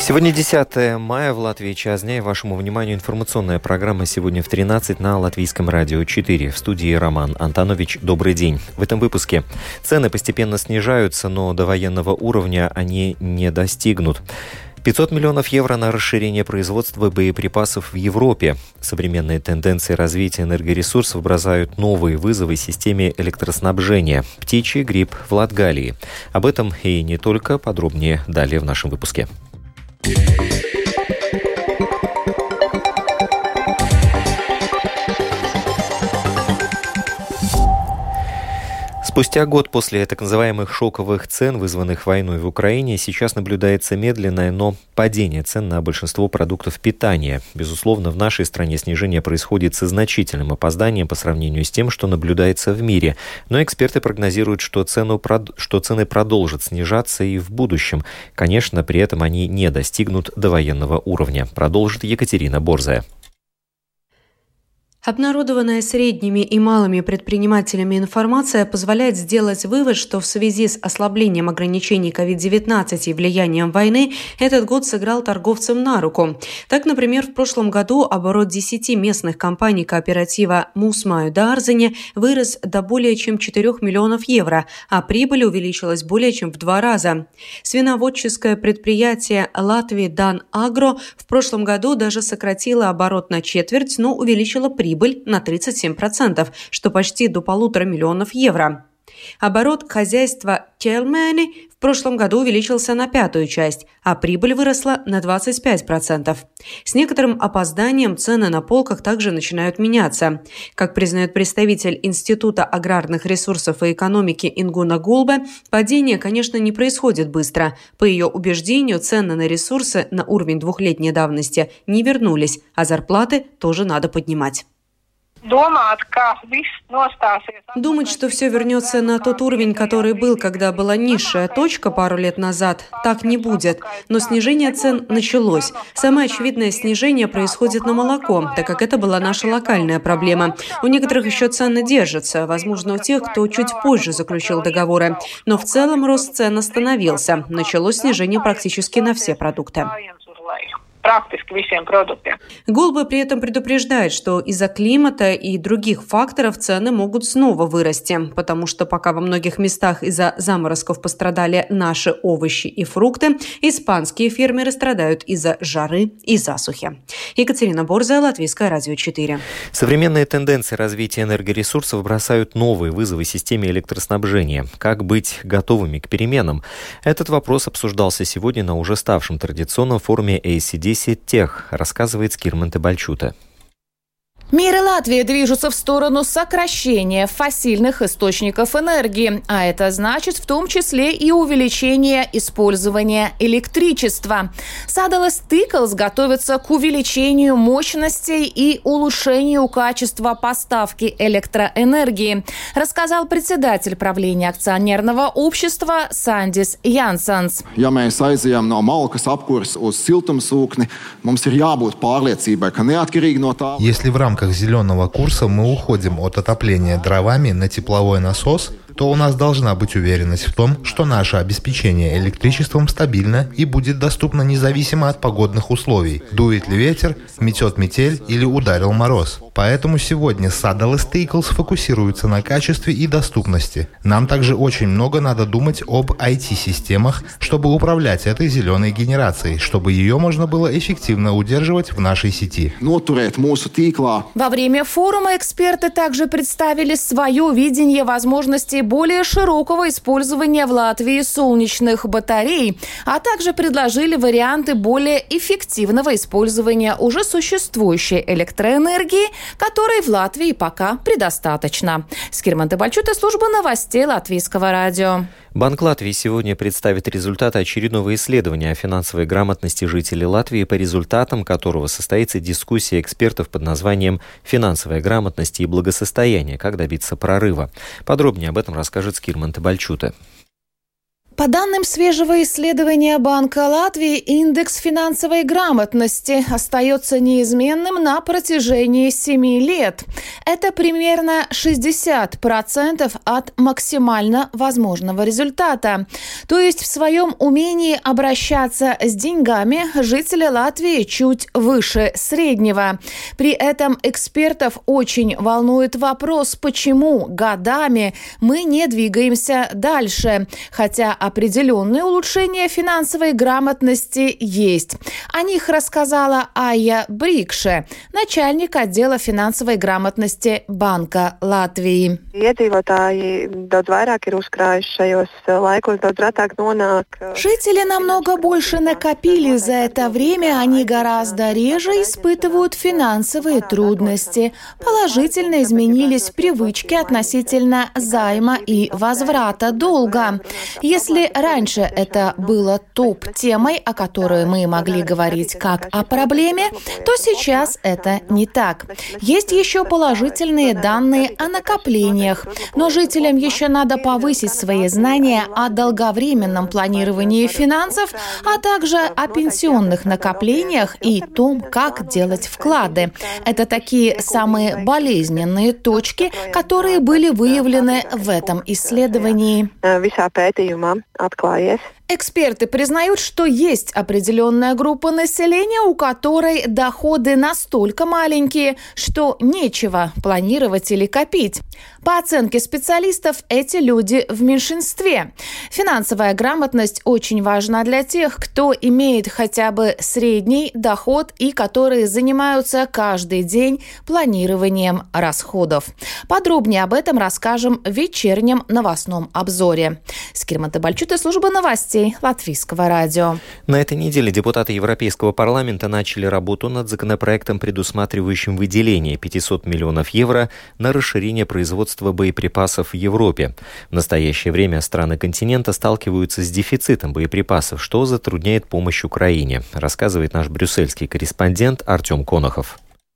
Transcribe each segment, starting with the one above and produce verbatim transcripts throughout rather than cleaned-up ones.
Сегодня десятое мая, в Латвии час дня, и вашему вниманию информационная программа «Сегодня в тринадцать» на Латвийском радио четыре. В студии Роман Антонович. Добрый день. В этом выпуске цены постепенно снижаются, но до военного уровня они не достигнут. пятьсот миллионов евро на расширение производства боеприпасов в Европе. Современные тенденции развития энергоресурсов бросают новые вызовы системе электроснабжения. Птичий грипп в Латгалии. Об этом и не только, подробнее далее в нашем выпуске. Спустя год после так называемых шоковых цен, вызванных войной в Украине, сейчас наблюдается медленное, но падение цен на большинство продуктов питания. Безусловно, в нашей стране снижение происходит со значительным опозданием по сравнению с тем, что наблюдается в мире. Но эксперты прогнозируют, что, цену, что цены продолжат снижаться и в будущем. Конечно, при этом они не достигнут довоенного уровня. Продолжит Екатерина Борзая. Обнародованная средними и малыми предпринимателями информация позволяет сделать вывод, что в связи с ослаблением ограничений ковид девятнадцать и влиянием войны этот год сыграл торговцам на руку. Так, например, в прошлом году оборот десяти местных компаний кооператива «Мусмаю Дарзине» вырос до более чем четырёх миллионов евро, а прибыль увеличилась более чем в два раза. Свиноводческое предприятие «Латвия Дан Агро» в прошлом году даже сократило оборот на четверть, но увеличило прибыль. Прибыль на тридцать семь процентов, что почти до полутора миллионов евро. Оборот хозяйства Келмени в прошлом году увеличился на пятую часть, а прибыль выросла на двадцать пять процентов. С некоторым опозданием цены на полках также начинают меняться. Как признает представитель Института аграрных ресурсов и экономики Ингуна Гулбе, падение, конечно, не происходит быстро. По ее убеждению, цены на ресурсы на уровень двухлетней давности не вернулись, а зарплаты тоже надо поднимать. Думать, что все вернется на тот уровень, который был, когда была низшая точка пару лет назад, так не будет. Но снижение цен началось. Самое очевидное снижение происходит на молоко, так как это была наша локальная проблема. У некоторых еще цены держатся, возможно, у тех, кто чуть позже заключил договоры. Но в целом рост цен остановился. Началось снижение практически на все продукты. Гулбе при этом предупреждает, что из-за климата и других факторов цены могут снова вырасти, потому что пока во многих местах из-за заморозков пострадали наши овощи и фрукты, испанские фермеры страдают из-за жары и засухи. Екатерина Борзая, Латвийское радио четыре. Современные тенденции развития энергоресурсов бросают новые вызовы системе электроснабжения. Как быть готовыми к переменам? Этот вопрос обсуждался сегодня на уже ставшем традиционном форуме эй си ди Тех, рассказывает Скирман Тебальчута. Мир и Латвия движутся в сторону сокращения фосильных источников энергии, а это значит в том числе и увеличение использования электричества. Садалес Тиклс готовится к увеличению мощностей и улучшению качества поставки электроэнергии, рассказал председатель правления акционерного общества Сандис Янсенс. Если в рамках зеленого курса мы уходим от отопления дровами на тепловой насос, то у нас должна быть уверенность в том, что наше обеспечение электричеством стабильно и будет доступно независимо от погодных условий. Дует ли ветер, метет метель или ударил мороз. Поэтому сегодня Садалес Тиклс фокусируется на качестве и доступности. Нам также очень много надо думать об ай ти-системах, чтобы управлять этой зеленой генерацией, чтобы ее можно было эффективно удерживать в нашей сети. Во время форума эксперты также представили свое видение возможностей более широкого использования в Латвии солнечных батарей, а также предложили варианты более эффективного использования уже существующей электроэнергии, которой в Латвии пока предостаточно. Скирман Тебальчута, служба новостей Латвийского радио. Банк Латвии сегодня представит результаты очередного исследования о финансовой грамотности жителей Латвии, по результатам которого состоится дискуссия экспертов под названием «Финансовая грамотность и благосостояние. Как добиться прорыва». Подробнее об этом расскажет Скирман Тебальчута. По данным свежего исследования Банка Латвии, индекс финансовой грамотности остается неизменным на протяжении семи лет. Это примерно шестьдесят процентов от максимально возможного результата. То есть в своем умении обращаться с деньгами жители Латвии чуть выше среднего. При этом экспертов очень волнует вопрос, почему годами мы не двигаемся дальше, хотя определенные улучшения финансовой грамотности есть. О них рассказала Айя Брикше, начальник отдела финансовой грамотности Банка Латвии. Жители намного больше накопили за это время, они гораздо реже испытывают финансовые трудности. Положительно изменились привычки относительно займа и возврата долга. Если раньше это было топ-темой, о которой мы могли говорить как о проблеме, то сейчас это не так. Есть еще положительные данные о накоплениях, но жителям еще надо повысить свои знания о долговременном планировании финансов, а также о пенсионных накоплениях и том, как делать вклады. Это такие самые болезненные точки, которые были выявлены в этом исследовании. Эксперты признают, что есть определенная группа населения, у которой доходы настолько маленькие, что нечего планировать или копить. По оценке специалистов, эти люди в меньшинстве. Финансовая грамотность очень важна для тех, кто имеет хотя бы средний доход и которые занимаются каждый день планированием расходов. Подробнее об этом расскажем в вечернем новостном обзоре. Скирма Табальчута, служба новостей Латвийского радио. На этой неделе депутаты Европейского парламента начали работу над законопроектом, предусматривающим выделение пятьсот миллионов евро на расширение производства боеприпасов в Европе. В настоящее время страны континента сталкиваются с дефицитом боеприпасов, что затрудняет помощь Украине, рассказывает наш брюссельский корреспондент Артем Конохов.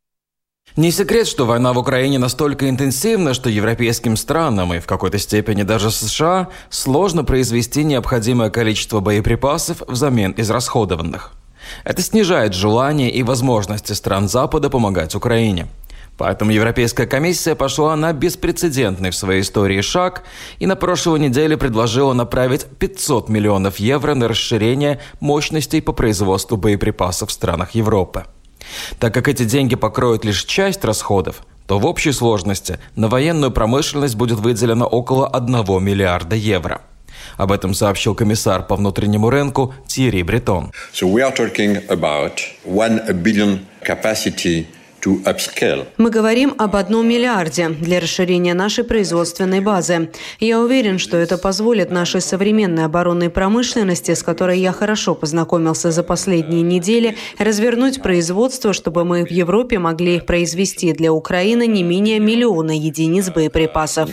Не секрет, что война в Украине настолько интенсивна, что европейским странам и в какой-то степени даже США сложно произвести необходимое количество боеприпасов взамен израсходованных. Это снижает желание и возможности стран Запада помогать Украине. Поэтому Европейская комиссия пошла на беспрецедентный в своей истории шаг и на прошлой неделе предложила направить пятьсот миллионов евро на расширение мощностей по производству боеприпасов в странах Европы. Так как эти деньги покроют лишь часть расходов, то в общей сложности на военную промышленность будет выделено около одного миллиарда евро. Об этом сообщил комиссар по внутреннему рынку Тьерри Бретон. So we are talking about one billion capacity. Мы говорим об одном миллиарде для расширения нашей производственной базы. Я уверен, что это позволит нашей современной оборонной промышленности, с которой я хорошо познакомился за последние недели, развернуть производство, чтобы мы в Европе могли произвести для Украины не менее миллиона единиц боеприпасов.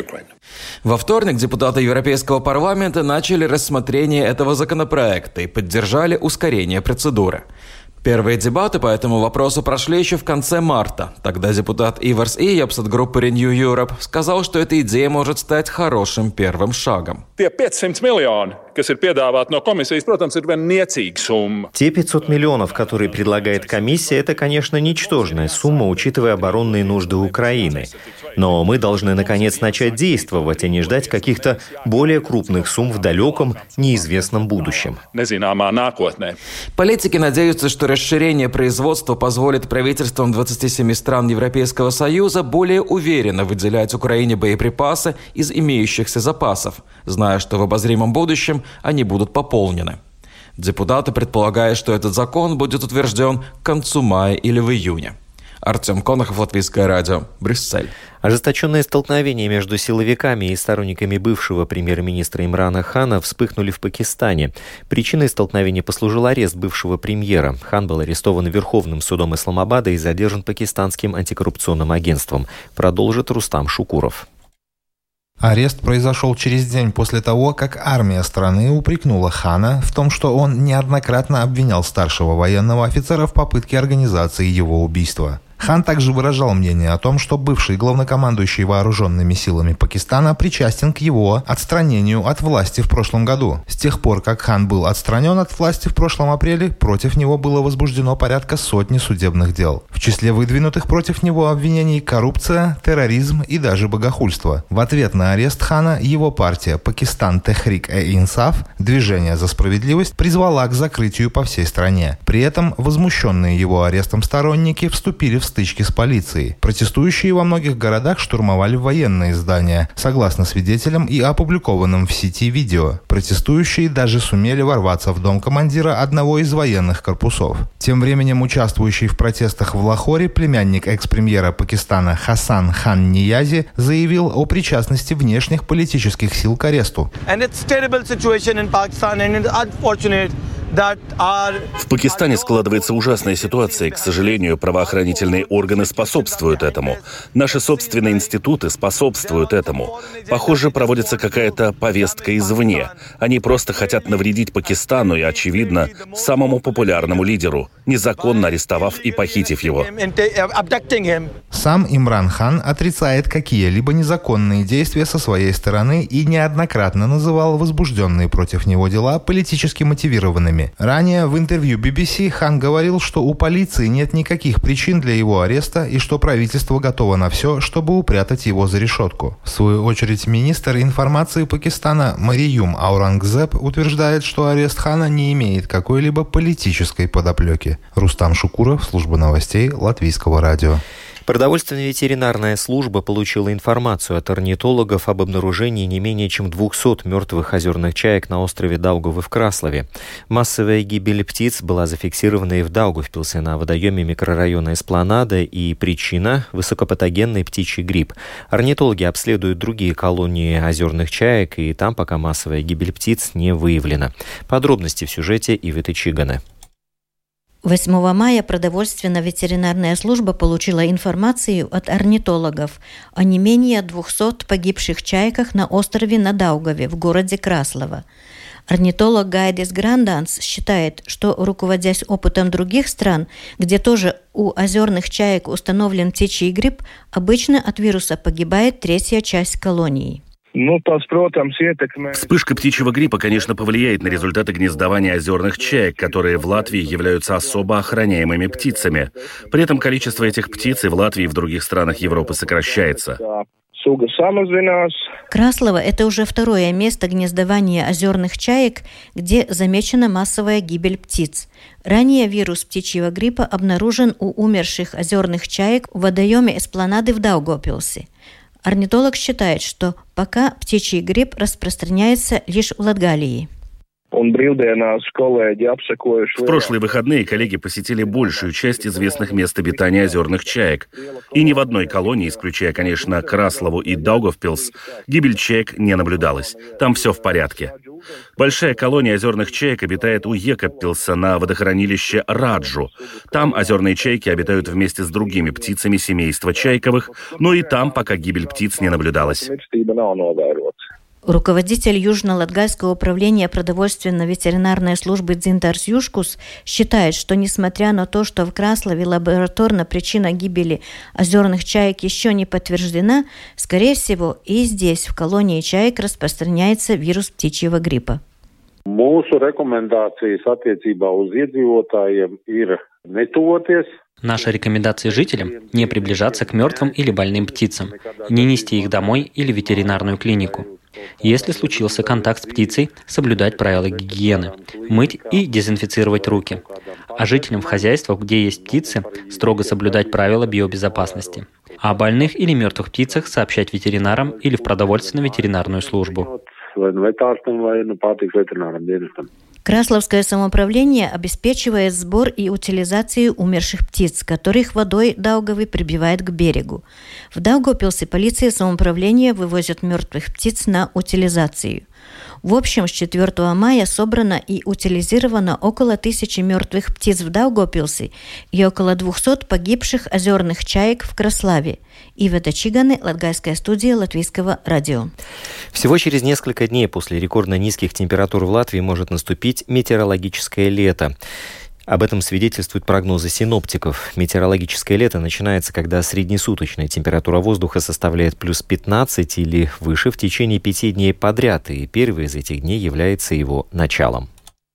Во вторник депутаты Европейского парламента начали рассмотрение этого законопроекта и поддержали ускорение процедуры. Первые дебаты по этому вопросу прошли еще в конце марта. Тогда депутат Иварс Ījāps от группы Renew Europe сказал, что эта идея может стать хорошим первым шагом. Те пятьсот миллионов, которые предлагают no комиссии, protams, ir vien niecīga summa. Те пятьсот миллионов, которые предлагает комиссия, это, конечно, ничтожная сумма, учитывая оборонные нужды Украины. Но мы должны, наконец, начать действовать, а не ждать каких-то более крупных сумм в далеком, неизвестном будущем. Политики надеются, что расширение производства позволит правительствам двадцати семи стран Европейского Союза более уверенно выделять Украине боеприпасы из имеющихся запасов, зная, что в обозримом будущем они будут пополнены. Депутаты предполагают, что этот закон будет утвержден к концу мая или в июне. Артем Конохов, Латвийское радио, Брюссель. Ожесточенные столкновения между силовиками и сторонниками бывшего премьер-министра Имрана Хана вспыхнули в Пакистане. Причиной столкновения послужил арест бывшего премьера. Хан был арестован Верховным судом Исламабада и задержан пакистанским антикоррупционным агентством. Продолжит Рустам Шукуров. Арест произошел через день после того, как армия страны упрекнула Хана в том, что он неоднократно обвинял старшего военного офицера в попытке организации его убийства. Хан также выражал мнение о том, что бывший главнокомандующий вооруженными силами Пакистана причастен к его отстранению от власти в прошлом году. С тех пор, как Хан был отстранен от власти в прошлом апреле, против него было возбуждено порядка сотни судебных дел. В числе выдвинутых против него обвинений коррупция, терроризм и даже богохульство. В ответ на арест Хана его партия «Пакистан Техрик-э-Инсаф» «Движение за справедливость» призвала к закрытию по всей стране. При этом возмущенные его арестом сторонники вступили в стычки с полицией. Протестующие во многих городах штурмовали военные здания, согласно свидетелям и опубликованным в сети видео. Протестующие даже сумели ворваться в дом командира одного из военных корпусов. Тем временем участвующий в протестах в Лахоре племянник экс-премьера Пакистана Хасан Хан Ниязи заявил о причастности внешних политических сил к аресту. В Пакистане складывается ужасная ситуация, и, к сожалению, правоохранительные органы способствуют этому. Наши собственные институты способствуют этому. Похоже, проводится какая-то повестка извне. Они просто хотят навредить Пакистану и, очевидно, самому популярному лидеру, незаконно арестовав и похитив его. Сам Имран Хан отрицает какие-либо незаконные действия со своей стороны и неоднократно называл возбужденные против него дела политически мотивированными. Ранее в интервью би би си Хан говорил, что у полиции нет никаких причин для его ареста и что правительство готово на все, чтобы упрятать его за решетку. В свою очередь, министр информации Пакистана Мариюм Аурангзеб утверждает, что арест Хана не имеет какой-либо политической подоплеки. Рустам Шукуров, служба новостей Латвийского радио. Продовольственная ветеринарная служба получила информацию от орнитологов об обнаружении не менее чем двухсот мертвых озерных чаек на острове Даугавы в Краслове. Массовая гибель птиц была зафиксирована и в Даугавпилсе на водоеме микрорайона Эспланада, и причина – высокопатогенный птичий грипп. Орнитологи обследуют другие колонии озерных чаек, и там пока массовая гибель птиц не выявлена. Подробности в сюжете Иветы Чиганы. восьмого мая продовольственно-ветеринарная служба получила информацию от орнитологов о не менее двухсот погибших чайках на острове на Даугаве в городе Краслова. Орнитолог Гайдис Гранданс считает, что, руководясь опытом других стран, где тоже у озерных чаек установлен птичий грипп, обычно от вируса погибает третья часть колонии. Вспышка птичьего гриппа, конечно, повлияет на результаты гнездования озерных чаек, которые в Латвии являются особо охраняемыми птицами. При этом количество этих птиц и в Латвии, и в других странах Европы сокращается. Краслово – это уже второе место гнездования озерных чаек, где замечена массовая гибель птиц. Ранее вирус птичьего гриппа обнаружен у умерших озерных чаек в водоеме Эспланады в Даугавпилсе. Орнитолог считает, что пока птичий грипп распространяется лишь в Латгалии. В прошлые выходные коллеги посетили большую часть известных мест обитания озерных чаек. И ни в одной колонии, исключая, конечно, Краслову и Даугавпилс, гибель чаек не наблюдалась. Там все в порядке. Большая колония озерных чаек обитает у Екаппилса на водохранилище Раджу. Там озерные чайки обитают вместе с другими птицами семейства чайковых, но и там пока гибель птиц не наблюдалась. Руководитель Южно-Латгальского управления продовольственно-ветеринарной службы Дзинтарс Юшкус считает, что несмотря на то, что в Краслове лабораторно причина гибели озерных чаек еще не подтверждена, скорее всего и здесь, в колонии чаек, распространяется вирус птичьего гриппа. Наши рекомендации жителям – не приближаться к мертвым или больным птицам, не нести их домой или в ветеринарную клинику. Если случился контакт с птицей, соблюдать правила гигиены, мыть и дезинфицировать руки. А жителям в хозяйствах, где есть птицы, строго соблюдать правила биобезопасности. А о больных или мертвых птицах сообщать ветеринарам или в продовольственно-ветеринарную службу. Красловское самоуправление обеспечивает сбор и утилизацию умерших птиц, которых водой Даугавы прибивает к берегу. В Даугавпилсе полиция самоуправления вывозит мертвых птиц на утилизацию. В общем, с четвёртого мая собрано и утилизировано около тысячи мертвых птиц в Даугавпилсе и около двухсот погибших озерных чаек в Краславе. Ивета Чиганы, Латгальская студия Латвийского радио. Всего через несколько дней после рекордно низких температур в Латвии может наступить метеорологическое лето. Об этом свидетельствуют прогнозы синоптиков. Метеорологическое лето начинается, когда среднесуточная температура воздуха составляет плюс пятнадцать или выше в течение пяти дней подряд, и первый из этих дней является его началом.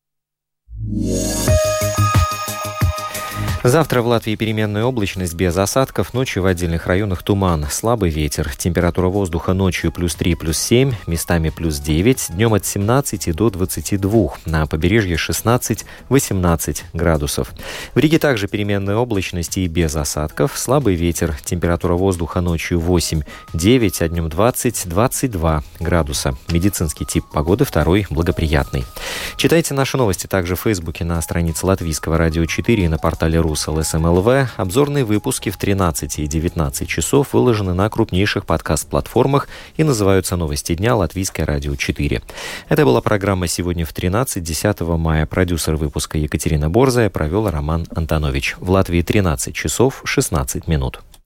Завтра в Латвии переменная облачность без осадков, ночью в отдельных районах туман, слабый ветер. Температура воздуха ночью плюс три, плюс семь, местами плюс девять, днем от семнадцати до двадцати двух, на побережье шестнадцать-восемнадцать градусов. В Риге также переменная облачность и без осадков, слабый ветер. Температура воздуха ночью восемь-девять, а днем двадцать-двадцать два градуса. Медицинский тип погоды второй благоприятный. Читайте наши новости также в Фейсбуке на странице Латвийского радио четыре и на портале РусЛСМ точка ЛВ. Обзорные выпуски в тринадцать и девятнадцать часов выложены на крупнейших подкаст-платформах и называются «Новости дня» Латвийское радио четыре. Это была программа «Сегодня в тринадцать», десятого мая. Продюсер выпуска Екатерина Борзая, провел Роман Антонович. В Латвии тринадцать часов шестнадцать минут.